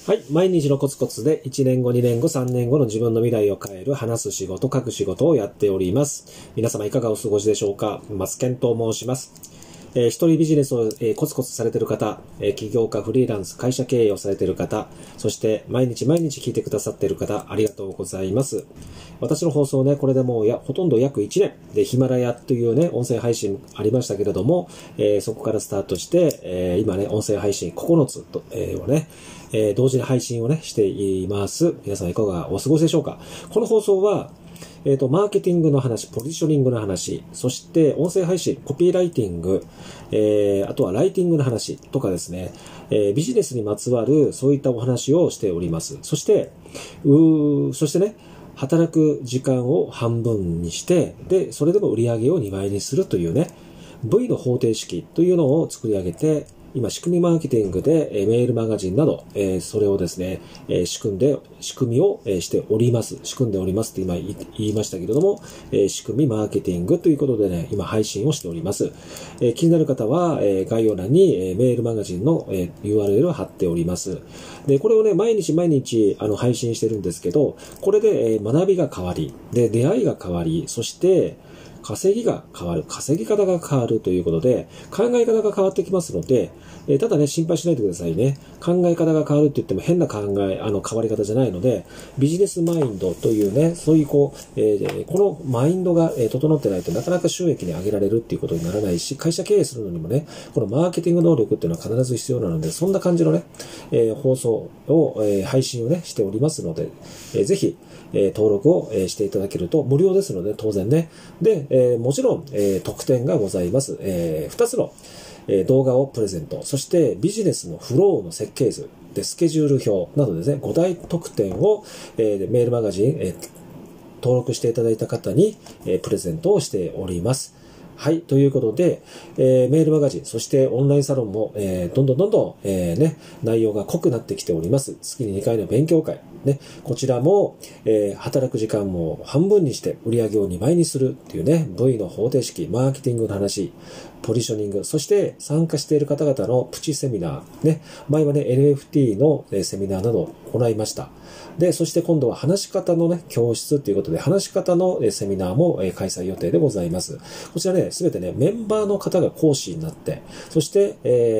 はい。毎日のコツコツで1年後、2年後、3年後の自分の未来を変える話す仕事、書く仕事をやっております。皆様いかがお過ごしでしょうか。マスケンと申します。一人ビジネスを、コツコツされている方、起業家、フリーランス、会社経営をされている方、そして毎日聞いてくださっている方、ありがとうございます。私の放送ね、これでもうほとんど約1年でヒマラヤというね、音声配信ありましたけれども、そこからスタートして、今ね、音声配信9つと、をね、同時に配信をね、しています。皆さんいかがお過ごしでしょうか。この放送は、マーケティングの話、ポジショニングの話、そして音声配信、コピーライティング、あとはライティングの話とかですね、ビジネスにまつわるそういったお話をしております。そしてね、働く時間を半分にして、で、それでも売り上げを2倍にするというね、V の方程式というのを作り上げて、今、仕組みマーケティングでメールマガジンなど、それをですね、仕組みをしております。仕組んでおりますって今言いましたけれども、仕組みマーケティングということでね、今配信をしております。気になる方は、概要欄にメールマガジンの URL を貼っております。で、これをね、毎日配信してるんですけど、これで学びが変わり、で、出会いが変わり、そして、稼ぎが変わる、稼ぎ方が変わるということで、考え方が変わってきますので、ただね、心配しないでくださいね。考え方が変わるって言っても変な変わり方じゃないので、ビジネスマインドというね、そういうこのマインドが整ってないとなかなか収益に上げられるっていうことにならないし、会社経営するのにもね、このマーケティング能力っていうのは必ず必要なので、そんな感じのね、放送を、配信をね、しておりますので、ぜひ、登録をしていただけると無料ですので、当然ね。で、もちろん、特典がございます。2つの動画をプレゼント。そしてビジネスのフローの設計図でスケジュール表などですね、5大特典を、メールマガジン、登録していただいた方に、プレゼントをしております。はい。ということで、メールマガジン、そしてオンラインサロンも、どんどん、ね、内容が濃くなってきております。月に2回の勉強会。ね、こちらも、働く時間も半分にして売り上げを2倍にするっていうね、V の方程式、マーケティングの話、ポジショニング、そして参加している方々のプチセミナー、ね、前はね、NFT のセミナーなどを行いました。で、そして今度は話し方のね、教室ということで、話し方のセミナーも開催予定でございます。こちらね、すべてね、メンバーの方が講師になって、そして、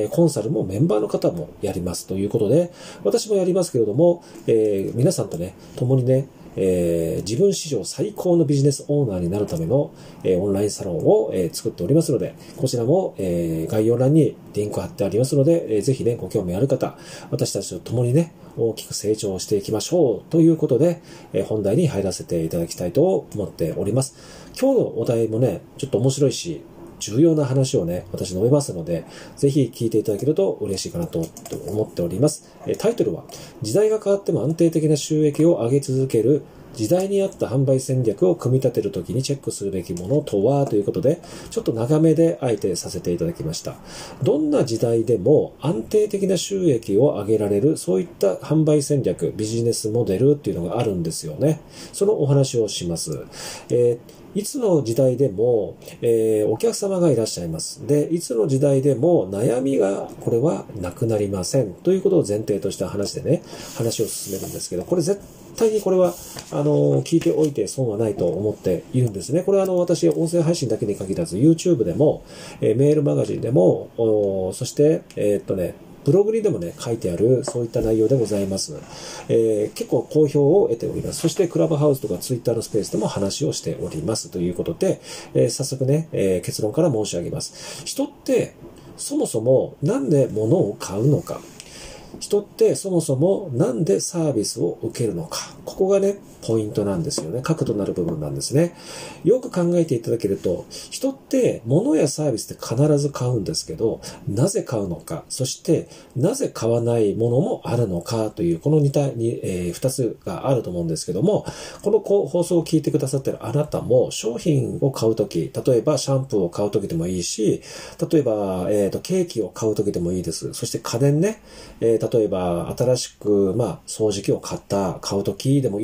コンサルもメンバーの方もやりますということで、私もやりますけれども、皆さんとね、共にね、自分史上最高のビジネスオーナーになるための、オンラインサロンを、作っておりますので、こちらも、概要欄にリンク貼ってありますので、ぜひね、ご興味ある方、私たちと共にね、大きく成長していきましょうということで、本題に入らせていただきたいと思っております。今日のお題もね、ちょっと面白いし、重要な話をね、私述べますので、ぜひ聞いていただけると嬉しいかなと思っております。タイトルは、時代が変わっても安定的な収益を上げ続ける時代に合った販売戦略を組み立てるときにチェックするべきものとはということで、ちょっと長めであえてさせていただきました。どんな時代でも安定的な収益を上げられる、そういった販売戦略、ビジネスモデルっていうのがあるんですよね。そのお話をします。いつの時代でも、お客様がいらっしゃいます。で、いつの時代でも悩みが、これはなくなりません。ということを前提とした話でね、話を進めるんですけど、これ絶対にこれは、聞いておいて損はないと思っているんですね。これは私、音声配信だけに限らず、YouTube でも、メールマガジンでも、そして、ブログにでもね、書いてある、そういった内容でございます。結構好評を得ております。そして、クラブハウスとかツイッターのスペースでも話をしております。ということで、早速ね、結論から申し上げます。人って、そもそもなんで物を買うのか。人ってそもそもなんでサービスを受けるのか。ここがね、ポイントなんですよね。核となる部分なんですね。よく考えていただけると、人って物やサービスって必ず買うんですけど、なぜ買うのか、そしてなぜ買わないものもあるのかという、この二つがあると思うんですけども、この放送を聞いてくださっているあなたも商品を買うとき、例えばシャンプーを買うときでもいいし、例えば、ケーキを買うときでもいいです。そして家電ね、例えば新しく、掃除機を買うときでもいいと思うんです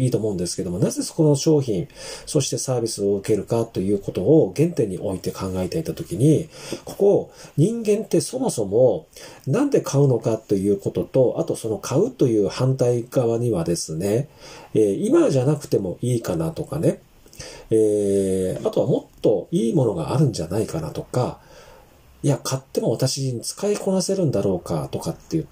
ですけども、なぜそこの商品、そしてサービスを受けるかということを原点に置いて考えていたときに、ここ、人間ってそもそもなんで買うのかということと、あとその買うという反対側にはですね、今じゃなくてもいいかなとかね、あとはもっといいものがあるんじゃないかなとか、いや、買っても私に使いこなせるんだろうかとかって言って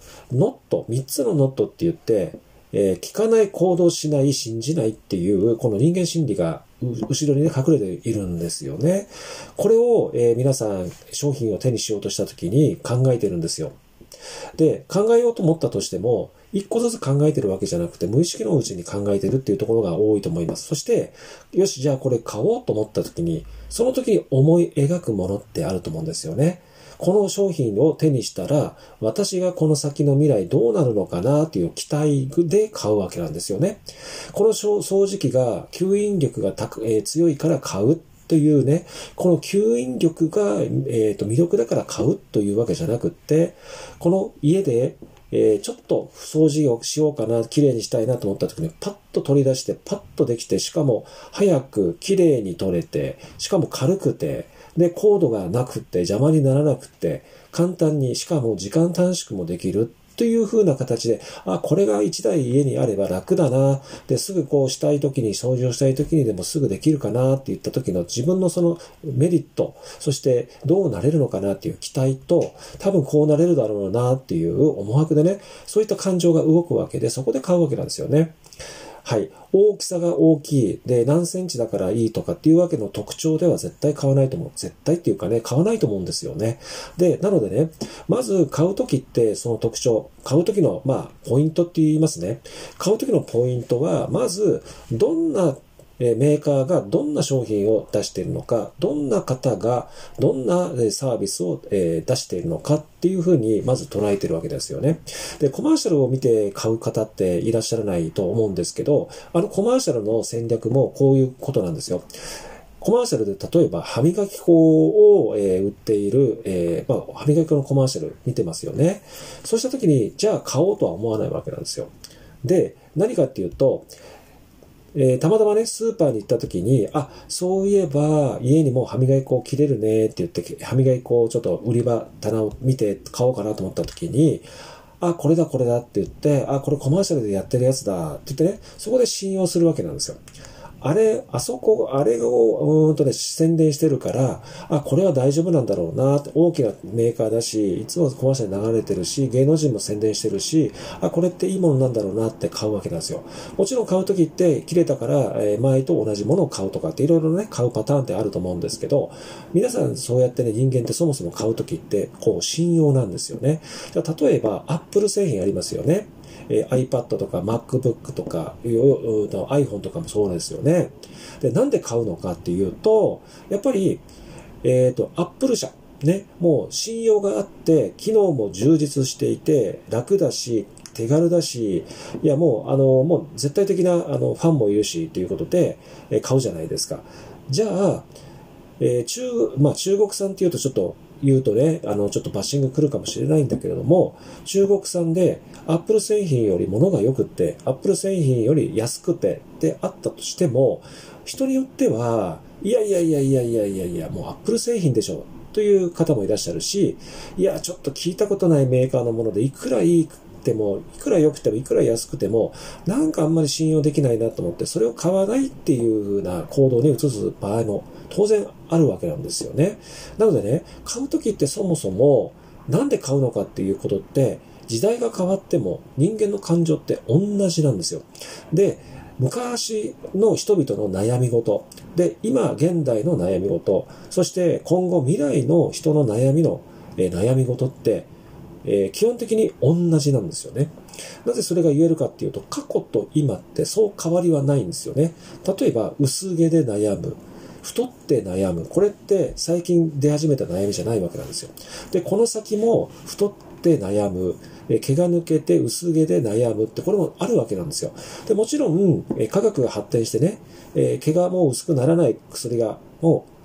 、3つのノットって言って、聞かない、行動しない、信じないっていう、この人間心理が後ろにね、隠れているんですよね。これを、皆さん、商品を手にしようとしたときに考えてるんですよ。で、考えようと思ったとしても、一個ずつ考えてるわけじゃなくて、無意識のうちに考えてるっていうところが多いと思います。そして、よし、じゃあこれ買おうと思った時に、その時に思い描くものってあると思うんですよね。この商品を手にしたら、私がこの先の未来どうなるのかなっていう期待で買うわけなんですよね。この掃除機が吸引力が強いから買うというね、この吸引力が、魅力だから買うというわけじゃなくって、この家でちょっと掃除をしようかな、綺麗にしたいなと思った時にパッと取り出して、パッとできて、しかも早く綺麗に取れて、しかも軽くて、で、コードがなくって邪魔にならなくって、簡単に、しかも時間短縮もできるという風な形で、これが1台家にあれば楽だな。で、すぐこうしたい時に、掃除をしたい時にでもすぐできるかなって言った時の自分のそのメリット、そしてどうなれるのかなっていう期待と、多分こうなれるだろうなっていう思惑でね、そういった感情が動くわけで、そこで買うわけなんですよね。はい。大きさが大きい。で、何センチだからいいとかっていうわけの特徴では絶対買わないと思う。絶対っていうかね、買わないと思うんですよね。で、なのでね、まず買うときってその特徴、買うときの、ポイントって言いますね。買うときのポイントは、まず、どんなメーカーがどんな商品を出しているのか、どんな方がどんなサービスを出しているのかっていうふうにまず捉えているわけですよね。で、コマーシャルを見て買う方っていらっしゃらないと思うんですけど、コマーシャルの戦略もこういうことなんですよ。コマーシャルで例えば歯磨き粉を売っている、歯磨き粉のコマーシャル見てますよね。そうした時に、じゃあ買おうとは思わないわけなんですよ。で、何かっていうと、たまたまね、スーパーに行った時に、そういえば、家にも歯磨き粉切れるねって言って、歯磨き粉をちょっと売り場、棚を見て買おうかなと思った時に、これだって言って、これコマーシャルでやってるやつだって言ってね、そこで信用するわけなんですよ。あれを、宣伝してるから、これは大丈夫なんだろうな、大きなメーカーだし、いつもコマーシャルに流れてるし、芸能人も宣伝してるし、これっていいものなんだろうなって買うわけなんですよ。もちろん買うときって切れたから、前と同じものを買うとかっていろいろね、買うパターンってあると思うんですけど、皆さんそうやってね、人間ってそもそも買うときって、信用なんですよね。例えば、Apple 製品ありますよね。iPad とか MacBook とか iPhone とかもそうですよね。で、なんで買うのかっていうと、やっぱり、Apple 社、ね、もう信用があって、機能も充実していて、楽だし、手軽だし、いやもう絶対的なファンもいるし、ということで、買うじゃないですか。じゃあ、中国産っていうとちょっと言うとね、ちょっとバッシング来るかもしれないんだけれども、中国産でアップル製品より物が良くって、アップル製品より安くてであったとしても、人によっては、いや、もうアップル製品でしょ、という方もいらっしゃるし、いや、ちょっと聞いたことないメーカーのものでいくらいいでも、いくら良くても、いくら安くても、なんかあんまり信用できないなと思って、それを買わないっていう風な行動に移す場合も当然あるわけなんですよね。なのでね、買うときってそもそも、なんで買うのかっていうことって、時代が変わっても人間の感情って同じなんですよ。で、昔の人々の悩み事、で、今現代の悩み事、そして今後未来の人の悩み事って、基本的に同じなんですよね。なぜそれが言えるかっていうと、過去と今ってそう変わりはないんですよね。例えば、薄毛で悩む。太って悩む。これって最近出始めた悩みじゃないわけなんですよ。で、この先も太って悩む。毛が抜けて薄毛で悩むって、これもあるわけなんですよ。で、もちろん、科学が発展してね、毛がもう薄くならない薬がもう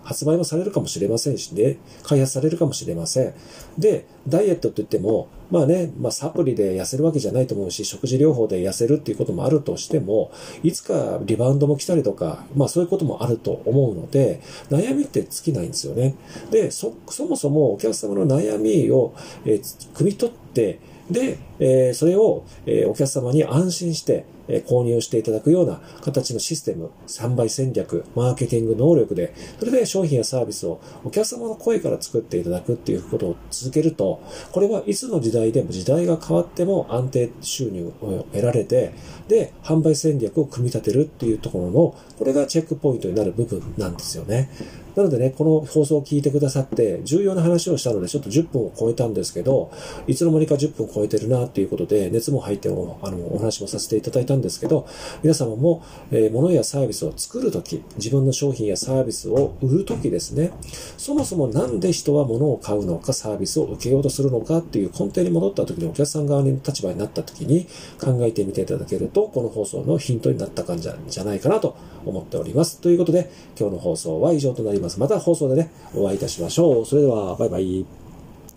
発売もされるかもしれませんしね、開発されるかもしれません。で、ダイエットといっても、サプリで痩せるわけじゃないと思うし、食事療法で痩せるっていうこともあるとしても、いつかリバウンドも来たりとか、そういうこともあると思うので、悩みって尽きないんですよね。で、そもそもお客様の悩みを、汲み取って、で、それを、お客様に安心して、購入していただくような形のシステム、販売戦略、マーケティング能力で、それで商品やサービスをお客様の声から作っていただくっていうことを続けると、これはいつの時代でも時代が変わっても安定収入を得られて、で、販売戦略を組み立てるっていうところの、これがチェックポイントになる部分なんですよね。なのでね、この放送を聞いてくださって重要な話をしたのでちょっと10分を超えたんですけど、いつの間にか10分超えてるなっていうことで熱も入ってお話もさせていただいたんですけど、皆様も、物やサービスを作るとき、自分の商品やサービスを売るときですね、そもそもなんで人は物を買うのか、サービスを受けようとするのかっていう根底に戻ったときに、お客さん側の立場になったときに考えてみていただけると、この放送のヒントになった感じじゃないかなと思っております。ということで、今日の放送は以上となります。また放送でね、お会いいたしましょう。それでは、バイバイ。